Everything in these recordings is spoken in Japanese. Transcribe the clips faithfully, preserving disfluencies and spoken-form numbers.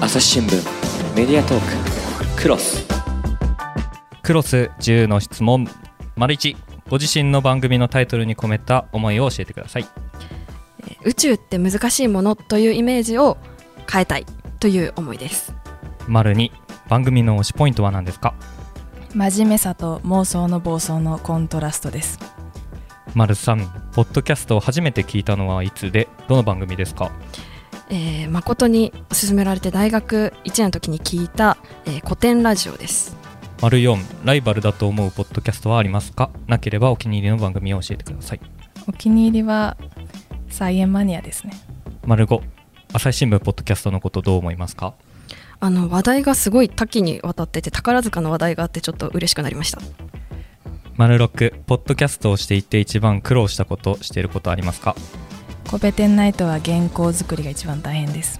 朝日新聞メディアトーククロスクロスじゅうの質問 ① ご自身の番組のタイトルに込めた思いを教えてください。 宇宙って難しいものというイメージを変えたいという思いです。 ② 番組の推しポイントは何ですか？ 真面目さと妄想の暴走のコントラストです。 ③ ポッドキャストを初めて聞いたのはいつでどの番組ですか？ えー、誠に勧められて大学いちねんの時に聞いた、えー、古典ラジオです。 ④ ライバルだと思うポッドキャストはありますか？なければお気に入りの番組を教えてください。 お気に入りはサイエンマニアですね。 ⑤朝日新聞ポッドキャストのことどう思いますか？ あの話題がすごい多岐にわたってて、宝塚の話題があってちょっと嬉しくなりました。 ⑥ポッドキャストをしていて一番苦労したこと、していることありますか？ コペテンナイトは原稿作りが一番大変です。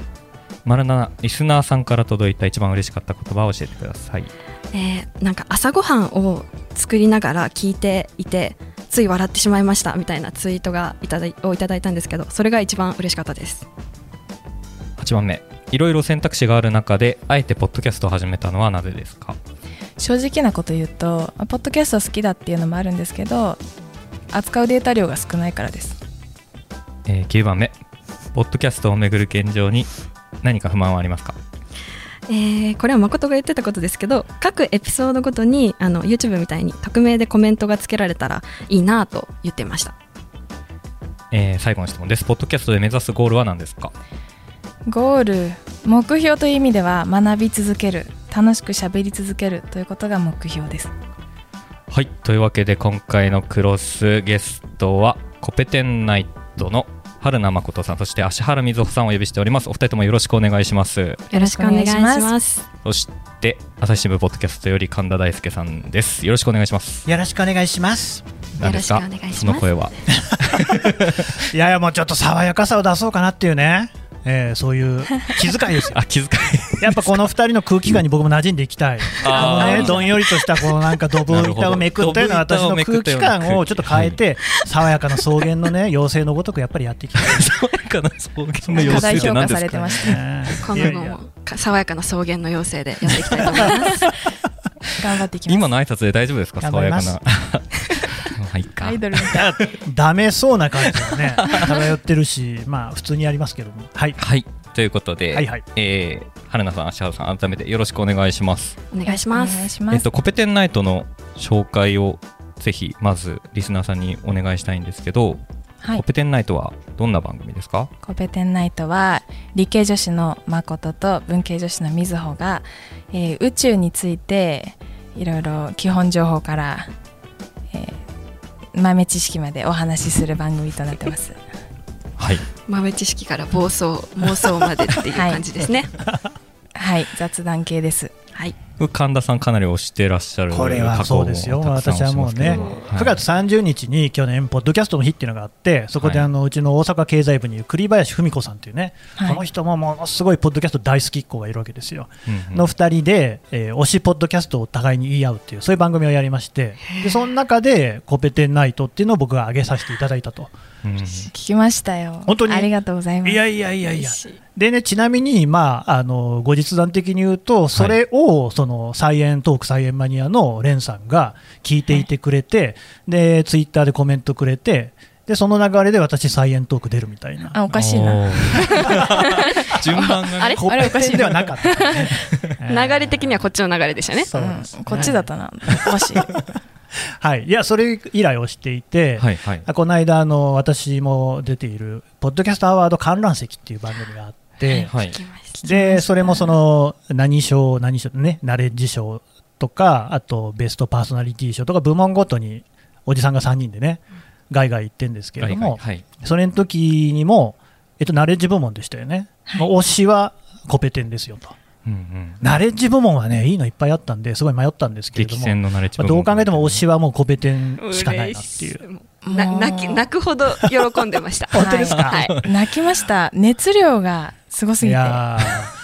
③リスナーさんから届いた一番嬉しかった言葉を教えてください。 えー、なんか朝ごはんを作りながら聞いていてつい笑ってしまいましたみたいなツイートがいただいをいただいたんですけど、それが一番嬉しかったです。 はちばんめいろいろ選択肢がある中であえてポッドキャストを始めたのはなぜですか？ 正直なこと言うとポッドキャスト好きだっていうのもあるんですけど、扱うデータ量が少ないからです。 えー、きゅうばんめポッドキャストをめぐる現状に何か不満はありますか？ えー、これは誠が言ってたことですけど、各エピソードごとにあの YouTube みたいに匿名でコメントがつけられたらいいなと言ってました。 えー、最後の質問です。ポッドキャストで目指すゴールは何ですか？ ゴール、目標という意味では学び続ける、楽しく喋り続けるということが目標です。 はい、というわけで今回のクロスゲストはコペテンナイトの春名誠さん、そして芦原瑞穂さんをお呼びしております。お二人ともよろしくお願いします。 よろしくお願いします。 そして朝日新聞ポッドキャストより神田大輔さんです。よろしくお願いします。 よろしくお願いします。 何ですかよろしくお願いします。 その声は。 いやいや、もうちょっと爽やかさを出そうかなっていうね、えー、そういう気遣いですよ。 あ、気遣いやっぱこのふたりの空気感に僕も馴染んでいきたい。あのね、どんよりとしたこのなんかドブ板をめくったような私の空気感をちょっと変えて、爽やかな草原のね妖精のごとくやっぱりやっていきたい。 爽やかな草原の妖精って何ですか？ 過大評価されてましたね。 この後も爽やかな草原の妖精でやっていきたいと思います頑張っていきます。 今の挨拶で大丈夫ですか？爽やかなはいかアイドルみたい。 ダメそうな感じがね漂ってるし、まあ普通にやりますけども、はい、 はい、ということで、はいはい、えー、春名さん、芦原さん、改めてよろしくお願いします。 お願いします。 えっと、コペテンナイトの紹介をぜひまずリスナーさんにお願いしたいんですけど、はい、コペテンナイトはどんな番組ですか？ コペテンナイトは理系女子の誠と文系女子の瑞穂が、えー、宇宙についていろいろ基本情報から、えー豆知識までお話しする番組となってます。 はい、 豆知識から暴走妄想までっていう感じですね。 はい、はい、雑談系です。はい、 神田さんかなり推してらっしゃる。 これはそうですよ。私はもうね、はい、くがつさんじゅうにちに去年ポッドキャストの日っていうのがあって、そこであのうちの大阪経済部にいる栗林文子さんというね、はい、この人もものすごいポッドキャスト大好きっ子がいるわけですよ、うんうん、のふたりで、えー、推しポッドキャストを互いに言い合うっていうそういう番組をやりまして、でその中でコペテンナイトっていうのを僕が挙げさせていただいたと、 うん、聞きましたよ。 本当にありがとうございます。 いやいやいやいやでね、ちなみに、まあ、あの後日談的に言うとそれを、はい、そのサイエントークサイエンマニアのレンさんが聞いていてくれて、はい、でツイッターでコメントくれて、でその流れで私サイエントーク出るみたいな。 あ、おかしいな順番が、ね、 あれコペテンではなかった、ね流れ的にはこっちの流れでしたね。 そうですね、 うん、こっちだったな、おかしいはい、いやそれ以来をしていて、はいはい、この間あの私も出ているポッドキャストアワード観覧席っていう番組があって、はい、でそれもその何賞何賞ね、ナレッジ賞とかあとベストパーソナリティ賞とか部門ごとにおじさんがさんにんでねガイガイ言ってるんですけれども、はいはい、それの時にも、えっと、ナレッジ部門でしたよね、はい、推しはコペテンですよと。うんうん、ナレッジ部門はねいいのいっぱいあったんですごい迷ったんですけれども、まあ、どう考えても推しはもうコペテンしかないなっていうな泣き泣くほど喜んでました本当ですか？ はいはい、泣きました。熱量がすごすぎて。いや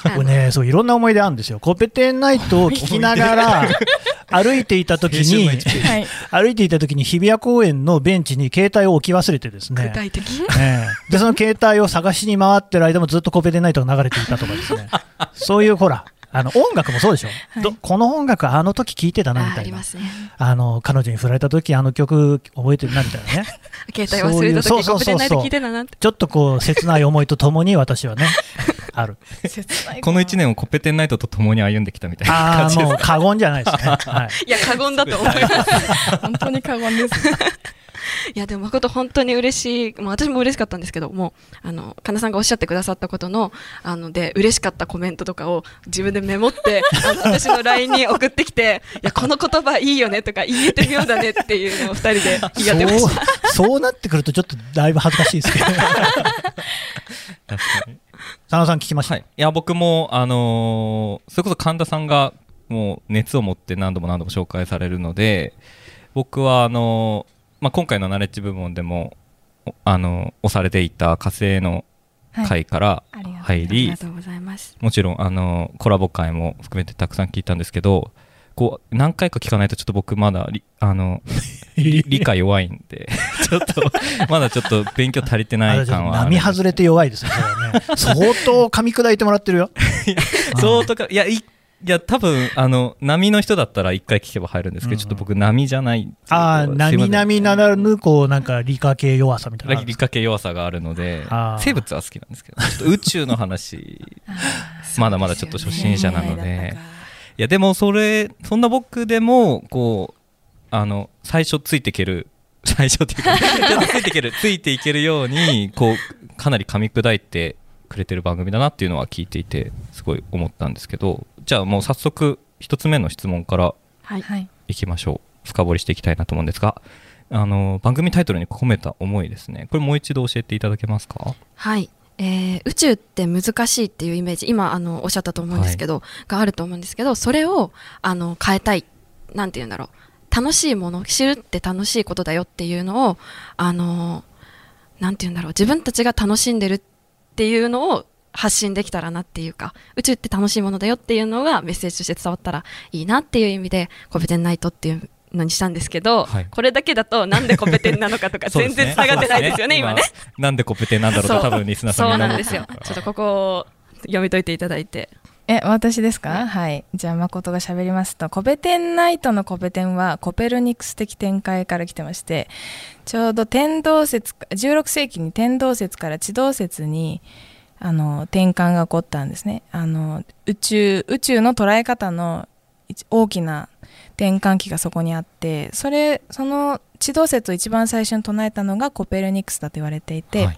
これね、そういろんな思い出あるんですよ。コペテンナイトを聞きながら歩いていた時に歩いていた時に日比谷公園のベンチに携帯を置き忘れてですね、 具体的、 えー、でその携帯を探しに回ってる間もずっとコペテンナイトが流れていたとかですねそういうほらあの音楽もそうでしょ、はい、どこの音楽あの時聴いてたなみたいな あ, あります、ね、あの彼女に振られた時あの曲覚えてるなみたいなね携帯忘れた時コペテンナイト聴いてたなってちょっとこう切ない思いとともに私はねあるこのいちねんをコペテンナイトと共に歩んできたみたいな感じです。 あもう過言じゃないですね、はい、 いや過言だと思います本当に過言ですねいやでも誠本当に嬉しい、もう私も嬉しかったんですけども、あの神田さんがおっしゃってくださったことのあので嬉しかったコメントとかを自分でメモってあの私の ライン に送ってきていやこの言葉いいよねとか言えてみようだねっていうのをふたりで言い合ってましたそう、そうなってくるとちょっとだいぶ恥ずかしいですけど確かに佐野さん聞きました、はい、 いや僕も、あのー、それこそ神田さんがもう熱を持って何度も何度も紹介されるので僕はあのーまあ、今回のナレッジ部門でもあの押されていた火星の回から入り、はい、もちろんあのコラボ回も含めてたくさん聞いたんですけどこう何回か聞かないとちょっと僕まだあの理解弱いんでちょっとまだちょっと勉強足りてない感はある。 並外れて弱いですねそれはね相当噛み砕いてもらってるよ相当かいやいいや多分あの波の人だったらいっかい聞けば入るんですけど、うん、ちょっと僕波じゃないああ波々ならぬこうなんか理科系弱さみたいな理科系弱さがあるので生物は好きなんですけどちょっと宇宙の話まだまだちょっと初心者なのでいやでもそれそんな僕でもこうあの最初ついていける最初っていうかちょっとついていけるついていけるようにこうかなり噛み砕いてくれてる番組だなっていうのは聞いていてすごい思ったんですけど、じゃあもう早速一つ目の質問からいきましょう、はい、深掘りしていきたいなと思うんですが、あの番組タイトルに込めた思いですね、これもう一度教えていただけますか。 はい、えー、宇宙って難しいっていうイメージ今あのおっしゃったと思うんですけど、はい、があると思うんですけど、それをあの変えたい、なんていうんだろう、楽しいもの、知るって楽しいことだよっていうのをあのなんていうんだろう、自分たちが楽しんでるっていうのを発信できたらなっていうか、宇宙って楽しいものだよっていうのがメッセージとして伝わったらいいなっていう意味でコペテンナイトっていうのにしたんですけど、はい、これだけだとなんでコペテンなのかとか全然つながってないですよね今ね。 なんでコペテンなんだろうと多分リスナーさんにそうなんですよ。ちょっとここを読み解いていただいて。 え私ですか、はい、じゃあ誠が喋りますと、コペテンナイトのコペテンはコペルニクス的展開から来てまして、ちょうど天動説じゅうろくせいきに天動説から地動説にあの転換が起こったんですね。あの宇宙宇宙の捉え方の大きな転換期がそこにあって、それその地動説を一番最初に唱えたのがコペルニクスだと言われていて、はい、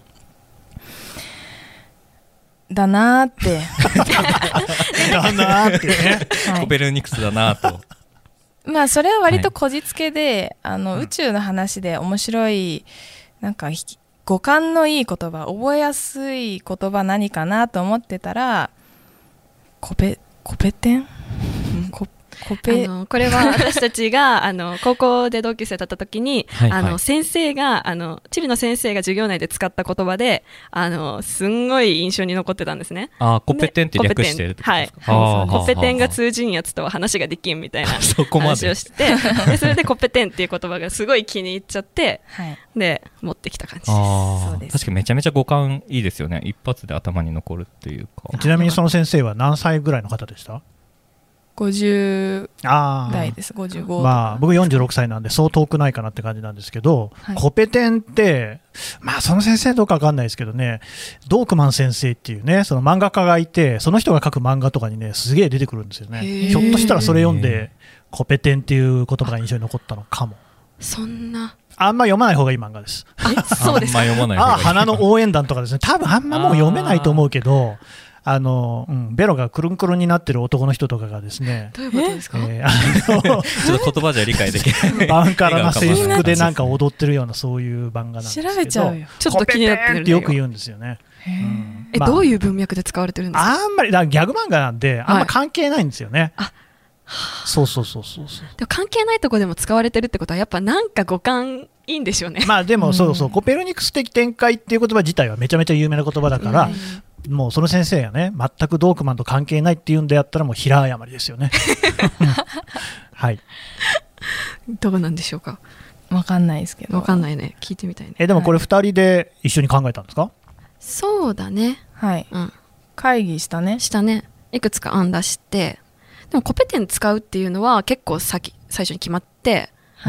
だなーってだなーってね、 はい、コペルニクスだなーとまあそれは割とこじつけで、はい、あの宇宙の話で面白いなんか語感のいい言葉、覚えやすい言葉何かなと思ってたらコペコペテンココペあのこれは私たちがあの高校で同級生だった時にはい、はい、あの先生があの地理の先生が授業内で使った言葉で、あのすんごい印象に残ってたんですね。 あコペテンって略してるってことですか。 はい、コペテンが通じんやつとは話ができんみたいな話をしてでそれでコペテンっていう言葉がすごい気に入っちゃって、はい、で持ってきた感じです。 あそうです。確かにめちゃめちゃ語感いいですよね。一発で頭に残るっていうか。 ちなみにその先生は何歳ぐらいの方でした？ ごじゅう代です。ごじゅうご、 まあ、僕よんじゅうろくさいなんでそう遠くないかなって感じなんですけど、はい、コペテンってまあその先生どうか分かんないですけどね、ドークマン先生っていうねその漫画家がいて、その人が書く漫画とかにねすげえ出てくるんですよね。ひょっとしたらそれ読んでコペテンっていう言葉が印象に残ったのかも。 そんなあんま読まない方がいい漫画です。 あそうですか。 あんま読まない方がいい。 あ花の応援団とかですね、多分あんまもう読めないと思うけど、あのうん、ベロがくるんくるんになってる男の人とかがですね、 どういうことですか、 えー、あのちょっと言葉じゃ理解できないバンカラな制服でなんか踊ってるようなそういう漫画なんですけど、 調べちゃうよ。 ちょっと気になってるってよく言うんですよね。 うんえまあ、どういう文脈で使われてるんですか。 あんまりだギャグ漫画なんであんま関係ないんですよね、はい、あそうそうそうそうそう。 でも関係ないところでも使われてるってことはやっぱなんか語感いいんでしょうね。 まあでもそうそう、うん、コペルニクス的展開っていう言葉自体はめちゃめちゃ有名な言葉だから、うんもうその先生がね全くドークマンと関係ないっていうんでやったらもう平謝りですよねはい。 どうなんでしょうか。 わかんないですけど。 わかんないね。聞いてみたいね。 えでもこれふたりで一緒に考えたんですか？はい、 そうだね。 はい、うん、会議したね。 したね。いくつか案出して、でもコペテン使うっていうのは結構先最初に決まって、はい、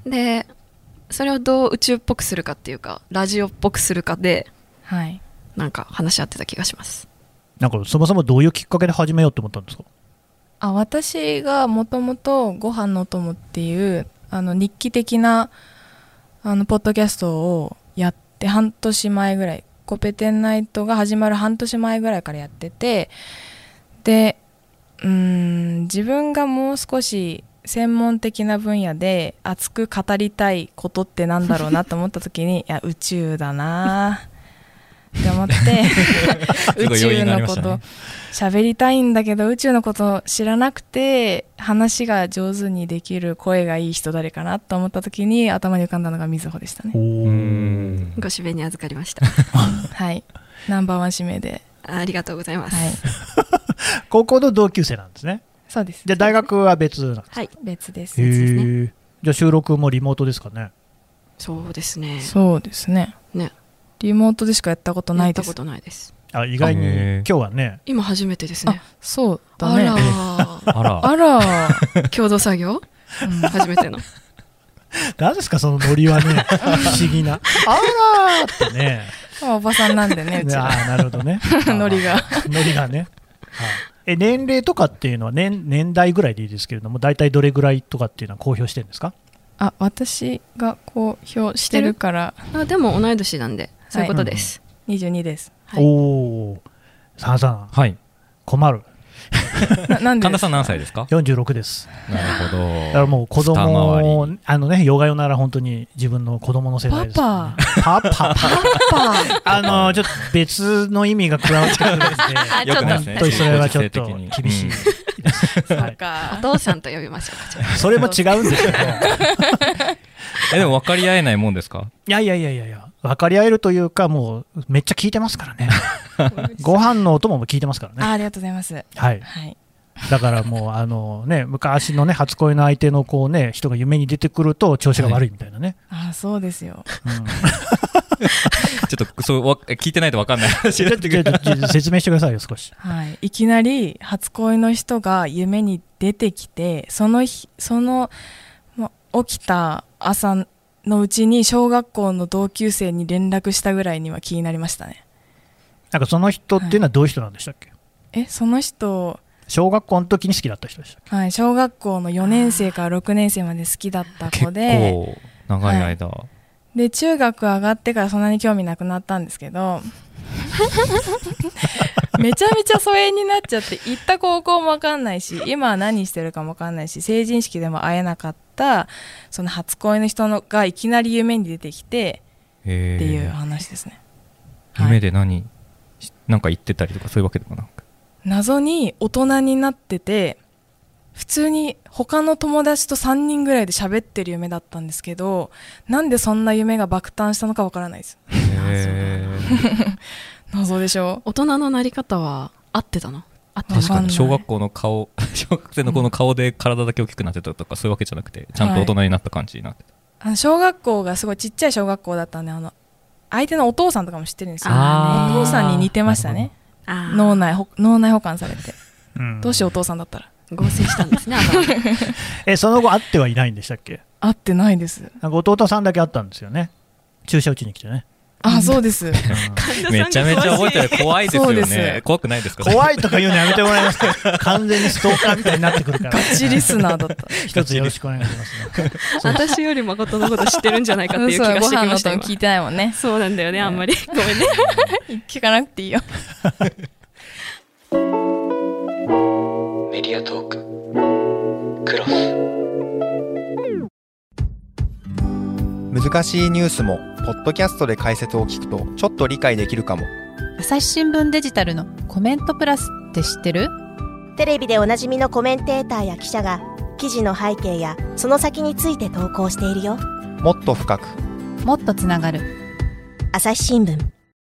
でそれをどう宇宙っぽくするかっていうかラジオっぽくするかで、はい、なんか話し合ってた気がします。 なんかそもそもどういうきっかけで始めようと思ったんですか？ あ、私がもともとご飯のお供っていうあの日記的なあのポッドキャストをやって半年前ぐらい、コペテンナイトが始まる半年前ぐらいからやってて、でうーん自分がもう少し専門的な分野で熱く語りたいことってなんだろうなと思った時にいや宇宙だなって思って宇宙のこと喋りたいんだけど宇宙のこと知らなくて話が上手にできる声がいい人誰かなと思った時に頭に浮かんだのがみずほでしたね。 おー、ご指名に預かりましたはいナンバーワン指名であ, ありがとうございます、はい、 高校の同級生なんですね。 そうです。 で大学は別なんですか？ はい別です。 へー、じゃあ収録もリモートですかね？ そうですね。 そうですね。ねリモートでしかやったことないです。 やったことないです。 あ意外に今日はね今初めてですね。 そうだね。 あらあらあら共同作業、うん、初めての何ですかそのノリはね不思議なあらーってねおばさんなんでねうちは。 あなるほどねノリがノリがね、はい、え年齢とかっていうのは 年, 年代ぐらいでいいですけれども大体どれぐらいとかっていうのは公表してるんですか？ あ私が公表してるからあでも同い年なんでそういうことです、 はい、にじゅうにです、 はい、おお佐野さん、 はい、 困るななんで神田さん何歳ですか？ よんじゅうろくです。 なるほど。 だからもう子供あのねヨガヨなら本当に自分の子供の世代です、ね、 パパパパパあのちょっと別の意味が加わってくるんでよくないですね。 本当にそれはちょっと厳しい、うん、 そうかお父さんと呼びましょうか。 それも違うんですけどえでも分かり合えないもんですか？ いやいやいやいやいや分かり合えるというかもうめっちゃ聞いてますからねご飯のお供も聞いてますからね。 あ, ありがとうございます、 はいはい、だからもうあの、ね、昔の、ね、初恋の相手のこう、ね、人が夢に出てくると調子が悪いみたいなね、 はい、あそうですよ、 うん、ちょっとそう聞いてないと分かんない話説明してくださいよ少し、 はい、いきなり初恋の人が夢に出てきてその日その起きた朝のうちに小学校の同級生に連絡したぐらいには気になりましたね。 なんかその人っていうのはどういう人なんでしたっけ？はい、 えその人小学校の時に好きだった人でしたっけ？ はい小学校のよねん生からろくねん生まで好きだった子で結構長い間、 はい、で中学上がってからそんなに興味なくなったんですけどめちゃめちゃ疎遠になっちゃって行った高校も分かんないし今は何してるかも分かんないし成人式でも会えなかったその初恋の人のがいきなり夢に出てきてっていう話ですね。 夢で何、はい、なんか言ってたりとかそういうわけでもなく謎に大人になってて普通に他の友達とさんにんぐらいで喋ってる夢だったんですけどなんでそんな夢が爆誕したのか分からないです。 へー謎でしょ。 大人のなり方は合ってたの？合って確かに小学校の顔小学生の子の顔で体だけ大きくなってたとか、うん、そういうわけじゃなくてちゃんと大人になった感じになってた、 はい、あの小学校がすごいちっちゃい小学校だったんであの相手のお父さんとかも知ってるんですよ。 あお父さんに似てましたね。脳内脳内保管されて、うん、どうしようお父さんだったら合成したんですねえその後会ってはいないんでしたっけ？ 会ってないです。 なんか弟さんだけ会ったんですよね。注射打ちに来てね。 あそうです、うん、 めちゃめちゃ覚えてる。怖いですよね。怖くないですか？ 怖いとか言うのやめてもらえますか？完全にストーカーみたいになってくるからガチリスナーだった一つよろしくお願いしますね私より誠のこと知ってるんじゃないかっていう気がしてきました。 ご飯の音聞いてないもんね。 そうなんだよね、あんまりごめんね聞かなくていいよメディアトーククロス。 難しいニュースもポッドキャストで解説を聞くとちょっと理解できるかも。 朝日新聞デジタルのコメントプラスって知ってる？ テレビでおなじみのコメンテーターや記者が記事の背景やその先について投稿しているよ。 もっと深くもっとつながる朝日新聞。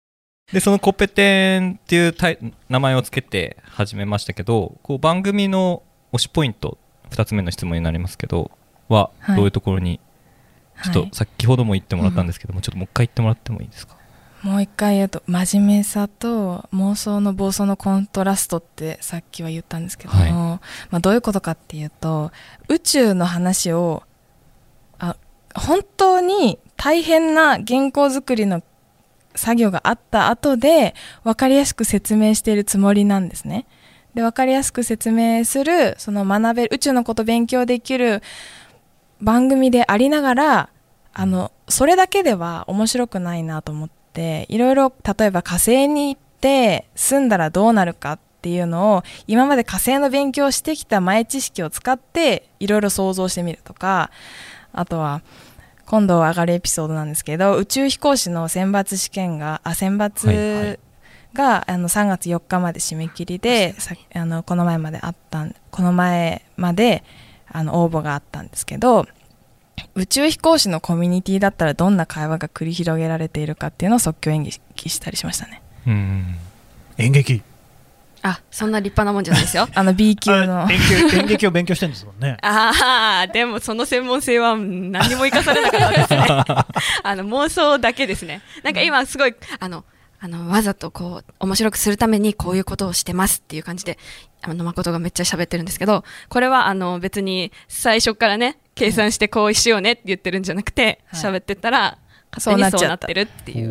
でそのコペテンっていう名前をつけて始めましたけど、こう番組の推しポイントふたつめの質問になりますけどはどういうところに、はい、ちょっと先ほども言ってもらったんですけども、はい、ちょっともう一回言ってもらってもいいですか。 もう一回言うと、真面目さと妄想の暴走のコントラストってさっきは言ったんですけども、はい、まあ、どういうことかっていうと、宇宙の話をあ本当に大変な原稿作りの作業があった後で分かりやすく説明しているつもりなんですね。で分かりやすく説明する、その学べる宇宙のことを勉強できる番組でありながら、あのそれだけでは面白くないなと思って、いろいろ例えば火星に行って住んだらどうなるかっていうのを今まで火星の勉強をしてきた前知識を使っていろいろ想像してみるとか、あとは今度上がるエピソードなんですけど、宇宙飛行士の選抜試験があ選抜が、はいはい、あのさんがつよっかまで締め切りで、さあのこの前まであったこの前まであの応募があったんですけど、宇宙飛行士のコミュニティだったらどんな会話が繰り広げられているかっていうのを即興演劇したりしましたね。 うん、演劇、 あ、そんな立派なもんじゃないですよ。 あの B 級の演劇、演劇を勉強してるんですもんね。 ああ、でもその専門性は何も生かされなかったですね。あの妄想だけですね。なんか今すごいあのあのわざとこう面白くするためにこういうことをしてますっていう感じで、あの誠がめっちゃ喋ってるんですけど、これはあの別に最初からね計算してこうしようねって言ってるんじゃなくて、喋、はい、ってたら勝手にそうなってるっていう、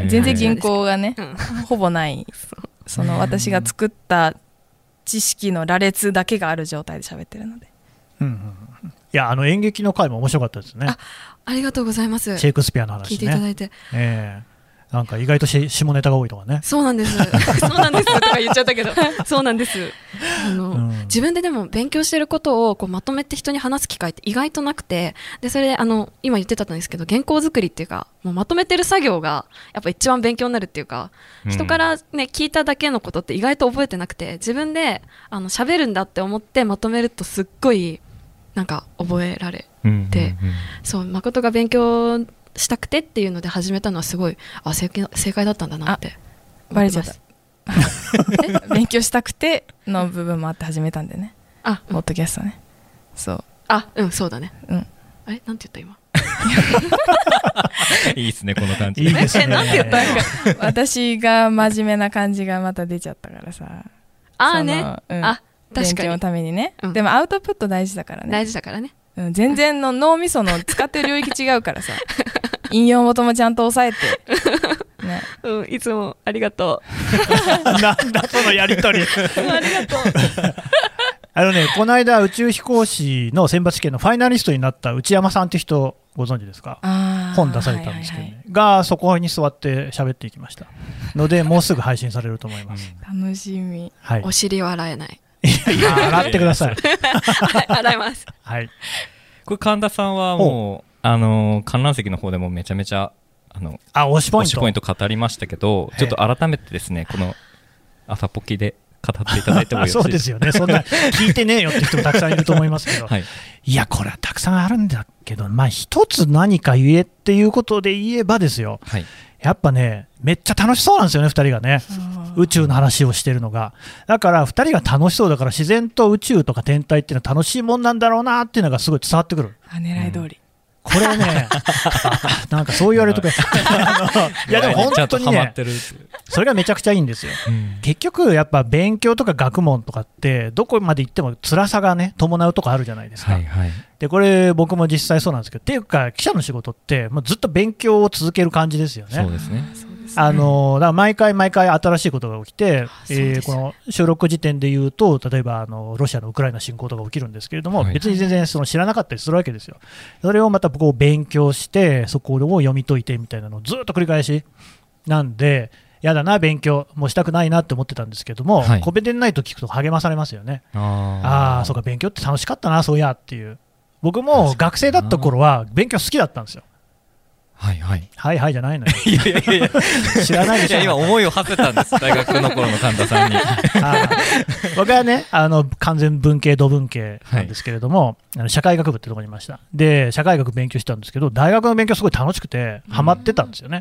全然原稿がね、うん、ほぼないその私が作った知識の羅列だけがある状態で喋ってるので、 うんうん、いやあの演劇の回も面白かったですね。 あ, ありがとうございます。 シェイクスピアの話ね聞いていただいて、 えーなんか意外とし下ネタが多いとかね。 そうなんですそうなんですとか言っちゃったけどそうなんですあの、うん、自分ででも勉強してることをこうまとめて人に話す機会って意外となくて、でそれであの今言ってたんですけど、原稿作りっていうかもうまとめてる作業がやっぱ一番勉強になるっていうか、うん、人からね聞いただけのことって意外と覚えてなくて、自分であの喋るんだって思ってまとめるとすっごいなんか覚えられて、うんうんうん、そう誠が勉強したくてっていうので始めたのはすごいあ 正, 正解だったんだなってバレちゃった勉強したくての部分もあって始めたんでね。あ、ポッドキャストね。そうあうんそうだね、うん、あれなんて言った今いいですねこの感じ。 いいですね。 なんて言った私が真面目な感じがまた出ちゃったからさ。 あーね、うん、あ確かに勉強のためにね、うん、でもアウトプット大事だからね。 大事だからね、 うん、全然の脳みその使ってる領域違うからさ引用元もちゃんと押さえて、ねうん、いつもありがとうなんだそのやりとりありがとうあのね、この間宇宙飛行士の選抜試験のファイナリストになった内山さんって人ご存知ですか。本出されたんですけどね、はいはいはい、がそこに座って喋っていきましたのでもうすぐ配信されると思います、 うん、楽しみ、 はい、 お尻は洗えない。 いやいや洗ってください洗います。 はい。 これ神田さんはもうあの観覧席の方でもめちゃめちゃあのあ推しポイント推しポイント語りましたけど、ちょっと改めてですねこの朝ポキで語っていただいてもよろしいですか。 そうですよね。そんな聞いてねえよって人もたくさんいると思いますけど、はい、いやこれはたくさんあるんだけど、まあ一つ何か言えっていうことで言えばですよ、はい、やっぱねめっちゃ楽しそうなんですよねふたりがね。宇宙の話をしてるのがだからふたりが楽しそうだから自然と宇宙とか天体っていうのは楽しいもんなんだろうなっていうのがすごい伝わってくる。 あ狙い通り、うん、 これねなんかそう言われるとかいやでも本当にねそれがめちゃくちゃいいんですよ、うん、結局やっぱ勉強とか学問とかってどこまで行っても辛さがね伴うとこあるじゃないですか、はいはい、でこれ僕も実際そうなんですけど、っていうか記者の仕事ってもうずっと勉強を続ける感じですよね。 そうですね。 あのだから毎回毎回新しいことが起きて、えー、この収録時点で言うと例えばあのロシアのウクライナ侵攻とか起きるんですけれども、はい、別に全然その知らなかったりするわけですよ。それをまたこう勉強してそこを読み解いてみたいなのをずっと繰り返しなんで、やだな勉強もうしたくないなって思ってたんですけども、はい、コペテンナイト聞くと励まされますよね。ああそうか勉強って楽しかったなそういやっていう。僕も学生だった頃は勉強好きだったんですよ。 はいはいはいはいじゃないのよ。 いやいやいや知らないでしょ。 いや今思いを馳せたんです大学の頃の神田さんにあ僕はねあの完全文系土文系なんですけれども、はい、あの社会学部ってところにいました。で社会学勉強してたんですけど大学の勉強すごい楽しくてハマってたんですよね、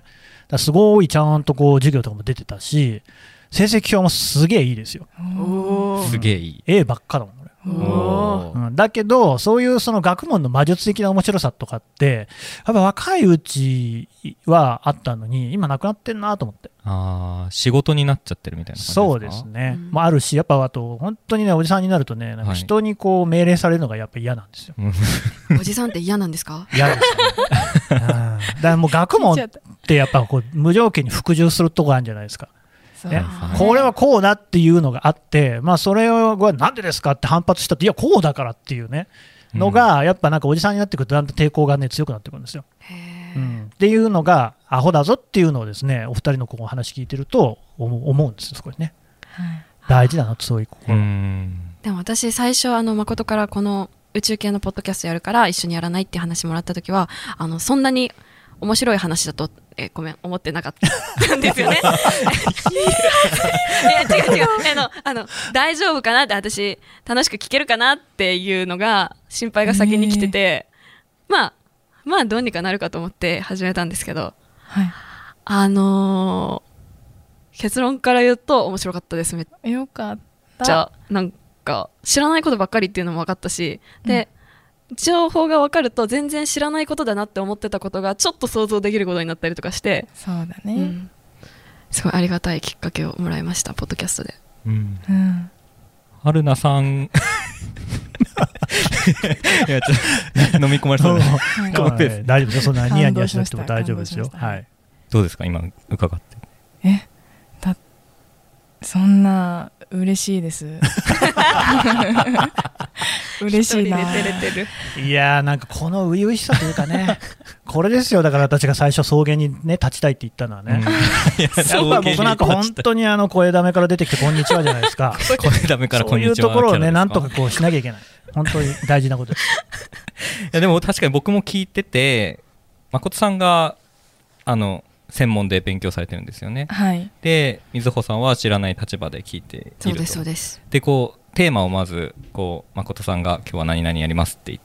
だすごいちゃんとこう授業とかも出てたし、成績表もすげえいいですよ。 すげえいい。 A ばっかだもん。お、うん、だけどそういうその学問の魔術的な面白さとかってやっぱ若いうちはあったのに今なくなってんなと思って。 ああ、仕事になっちゃってるみたいな感じですか。 そうですね、うん、まあ、あるしやっぱあと本当にねおじさんになるとねなんか人にこう命令されるのがやっぱ嫌なんですよ、 はい、おじさんって嫌なんですか。 嫌ですね、うん、だからもう学問ってやっぱこう無条件に服従するとこあるんじゃないですか。ね、これはこうだっていうのがあって、まあ、それはなんでですかって反発したって、いやこうだからっていうねのが、やっぱなんかおじさんになってくるとだんだん抵抗がね強くなってくるんですよ。うん、っていうのがアホだぞっていうのをですねお二人のこう話聞いてると思うんですよ。そこにね、はい、大事だなとそういう心。 でも私最初あの誠からこの宇宙系のポッドキャストやるから一緒にやらないって話もらった時はあのそんなに面白い話だとえごめん思ってなかったんですよね。いや違う違うあのあの大丈夫かなって私楽しく聞けるかなっていうのが心配が先に来てて、えー、まあまあどうにかなるかと思って始めたんですけど、はい、あのー、結論から言うと面白かったです。めっよかった。 じゃあなんか知らないことばっかりっていうのも分かったし、で、うん、情報が分かると全然知らないことだなって思ってたことがちょっと想像できることになったりとかして、 そうだね、うん、 すごいありがたいきっかけをもらいましたポッドキャストで。 うんうん、春菜さんいやちょ飲み込まれそうな、はい、 大丈夫ですよ。そんなニヤニヤしなくても大丈夫ですよ。はい、 どうですか今伺って。 えだそんな嬉しいです嬉しいな。 いやーなんかこの初々しさというかねこれですよ。だから私が最初草原にね立ちたいって言ったのはね、うん、やっぱ僕なんか本当にあの声だめから出てきてこんにちはじゃないですか声だめからこんにちは。 そういうところをねなんとかこうしなきゃいけない。本当に大事なことですいやでも確かに僕も聞いてて誠さんがあの専門で勉強されてるんですよね。 はい、 で瑞穂さんは知らない立場で聞いていると。 そうですそうです。 でこうテーマをまずこう誠さんが今日は何々やりますって言って、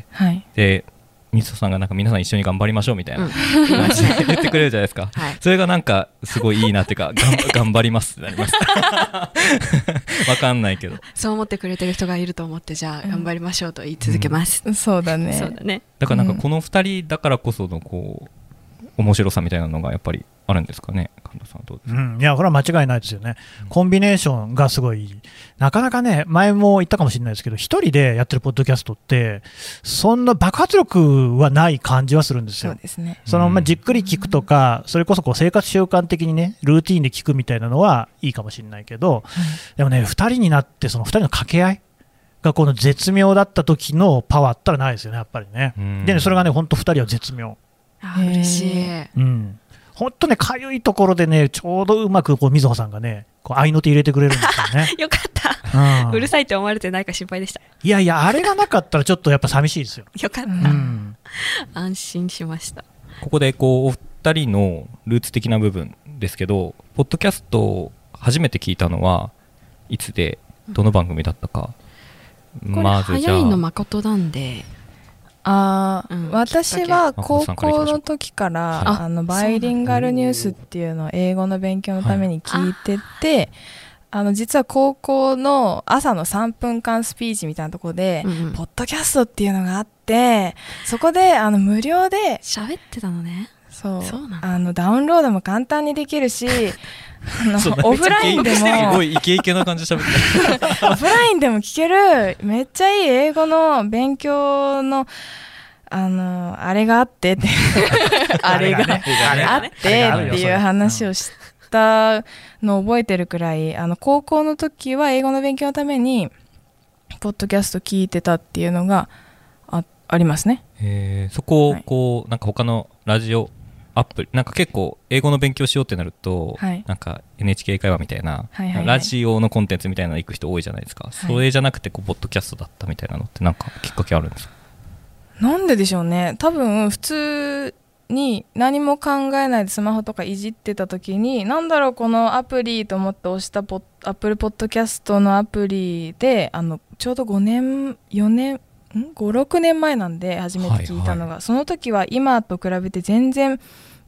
はい、 で瑞穂さんがなんか皆さん一緒に頑張りましょうみたいな感じで言ってくれるじゃないですか、はい、それがなんかすごいいいなっていうか頑張りますってなりますわかんないけどそう思ってくれてる人がいると思ってじゃあ頑張りましょうと言い続けます、 うん、そうだね。 そうだね。 だからなんかこのふたりだからこそのこう面白さみたいなのがやっぱりあるんですかね。神田さんはどうですか。 うん、いやこれは間違いないですよね、うん、コンビネーションがすごいなかなかね前も言ったかもしれないですけど一人でやってるポッドキャストってそんな爆発力はない感じはするんですよ。 そうですね。 そのまあじっくり聞くとかそれこそこう生活習慣的にねルーティーンで聞くみたいなのはいいかもしれないけど、うん、でもねふたりになってそのふたりの掛け合いがこの絶妙だった時のパワーったらないですよねやっぱりね。でねそれがね本当ふたりは絶妙。 あ嬉しい。 うん本当ねかゆいところでねちょうどうまくこう瑞穂さんがねこう合いの手入れてくれるんですよねよかった、うん、うるさいって思われてないか心配でした。 いやいやあれがなかったらちょっとやっぱ寂しいですよ。 よかった、うん、安心しました。 ここでこうお二人のルーツ的な部分ですけどポッドキャストを初めて聞いたのはいつでどの番組だったか、 うん、まずじゃあ早いの誠なんであうん、私は高校の時から、はい、あのバイリンガルニュースっていうのを英語の勉強のために聞いてて、はい、あの実は高校の朝のさんぷんかんスピーチみたいなところで、うんうん、ポッドキャストっていうのがあってそこであの無料で喋ってたのね。 そうそうなの。あのダウンロードも簡単にできるしあのオフラインでもすごいイケイケな感じで喋ってオフラインでも聞けるめっちゃいい英語の勉強のあのあれがあってってあれがあってっていう話をしたのを覚えてるくらいあの高校の時は英語の勉強のためにポッドキャスト聞いてたっていうのが あ, ありますね。 へそこをこう、はい、なんか他のラジオアプリなんか結構英語の勉強しようってなると、はい、なんか エヌエイチケー 会話みたいな、はいはいはい、ラジオのコンテンツみたいなの行く人多いじゃないですか、はい、それじゃなくてこうポッドキャストだったみたいなのってなんかきっかけあるんですか。 なんででしょうね。多分普通に何も考えないでスマホとかいじってた時になんだろうこのアプリと思って押したポアップルポッドキャストのアプリであのちょうどごねんよねんごろくねんまえなんで初めて聞いたのが、はいはい、その時は今と比べて全然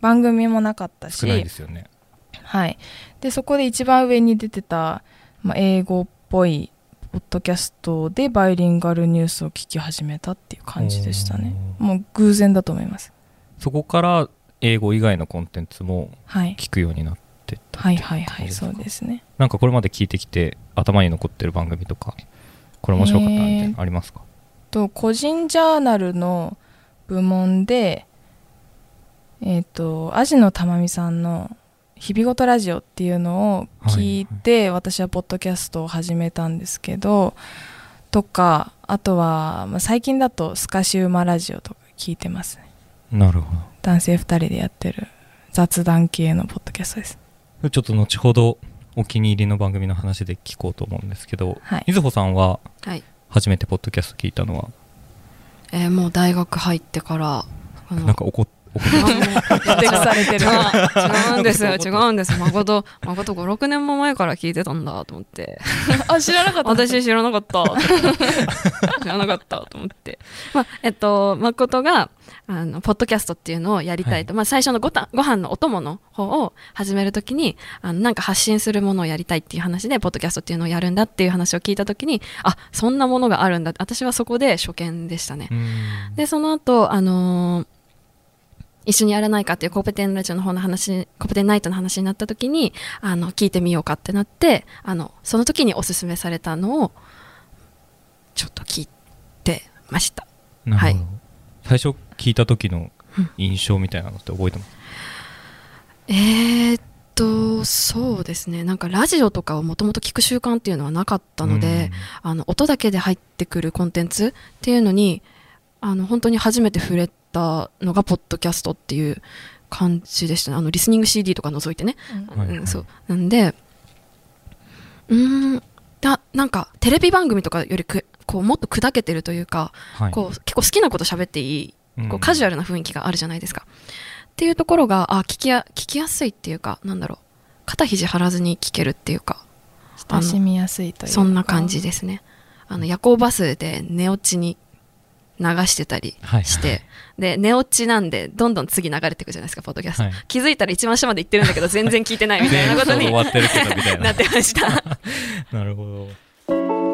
番組もなかったし、 少ないですよね。 はい、でそこで一番上に出てた、まあ、英語っぽいポッドキャストでバイリンガルニュースを聞き始めたっていう感じでしたね。もう偶然だと思います。 そこから英語以外のコンテンツも聞くようになってったっていう、 はい、はいはいはいそうですね。 なんかこれまで聞いてきて頭に残ってる番組とかこれ面白かったみたいなのありますか？ えー、と個人ジャーナルの部門でえっ、ー、とアジノタマミさんの日々ごとラジオっていうのを聞いて、はいはい、私はポッドキャストを始めたんですけどとか、あとは、まあ、最近だとスカシウマラジオとか聞いてますね。 なるほど。 男性ふたりでやってる雑談系のポッドキャストです。 ちょっと後ほどお気に入りの番組の話で聞こうと思うんですけど、 はい、 みずほさんは初めてポッドキャスト聞いたのは、 えー、もう大学入ってからなんか怒ってふてくされてる。 違うんですよ、違うんです。誠、誠ご、ろくねんも前から聞いてたんだと思って。 あ、知らなかった。 私知らなかった。知らなかったと思って。まあ、えっと、誠が、あの、ポッドキャストっていうのをやりたいと。はい、まあ、最初のごたご飯のお供の方を始めるときに、あの、なんか発信するものをやりたいっていう話で、ポッドキャストっていうのをやるんだっていう話を聞いたときに、あ、そんなものがあるんだ。私はそこで初見でしたね。で、その後、あのー、一緒にやらないかっていうコペテンラジオの方の話、コペテンナイトの話になった時に、あの、聞いてみようかってなって、あの、その時におすすめされたのを、ちょっと聞いてました。 なるほど。はい、最初聞いた時の印象みたいなのって覚えてます？ えーっと、そうですね。なんかラジオとかをもともと聞く習慣っていうのはなかったので、あの、音だけで入ってくるコンテンツっていうのに、あの、本当に初めて触れたのがポッドキャストっていう感じでしたね。あのリスニング シーディー とか除いてね、うんはいはい、そうなんでうーんだなんかテレビ番組とかよりくこうもっと砕けてるというか、はい、こう結構好きなこと喋っていいこうカジュアルな雰囲気があるじゃないですか、うん、っていうところがあ聞きや聞きやすいっていうか、なんだろう、肩肘張らずに聞けるっていうか、 親しみやすいというか、 そんな感じですね。あの夜行バスで寝落ちに流してたりして、はいはい、で寝落ちなんでどんどん次流れていくじゃないですか、ポッドキャスト、はい、気づいたら一番下まで行ってるんだけど全然聞いてないみたいなことになってましたなるほど。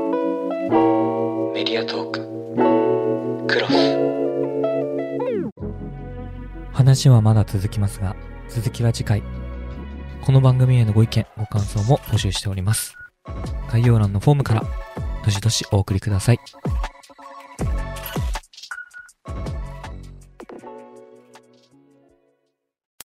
メディアトーククロス。 話はまだ続きますが、続きは次回。この番組へのご意見ご感想も募集しております。概要欄のフォームからどしどしお送りください。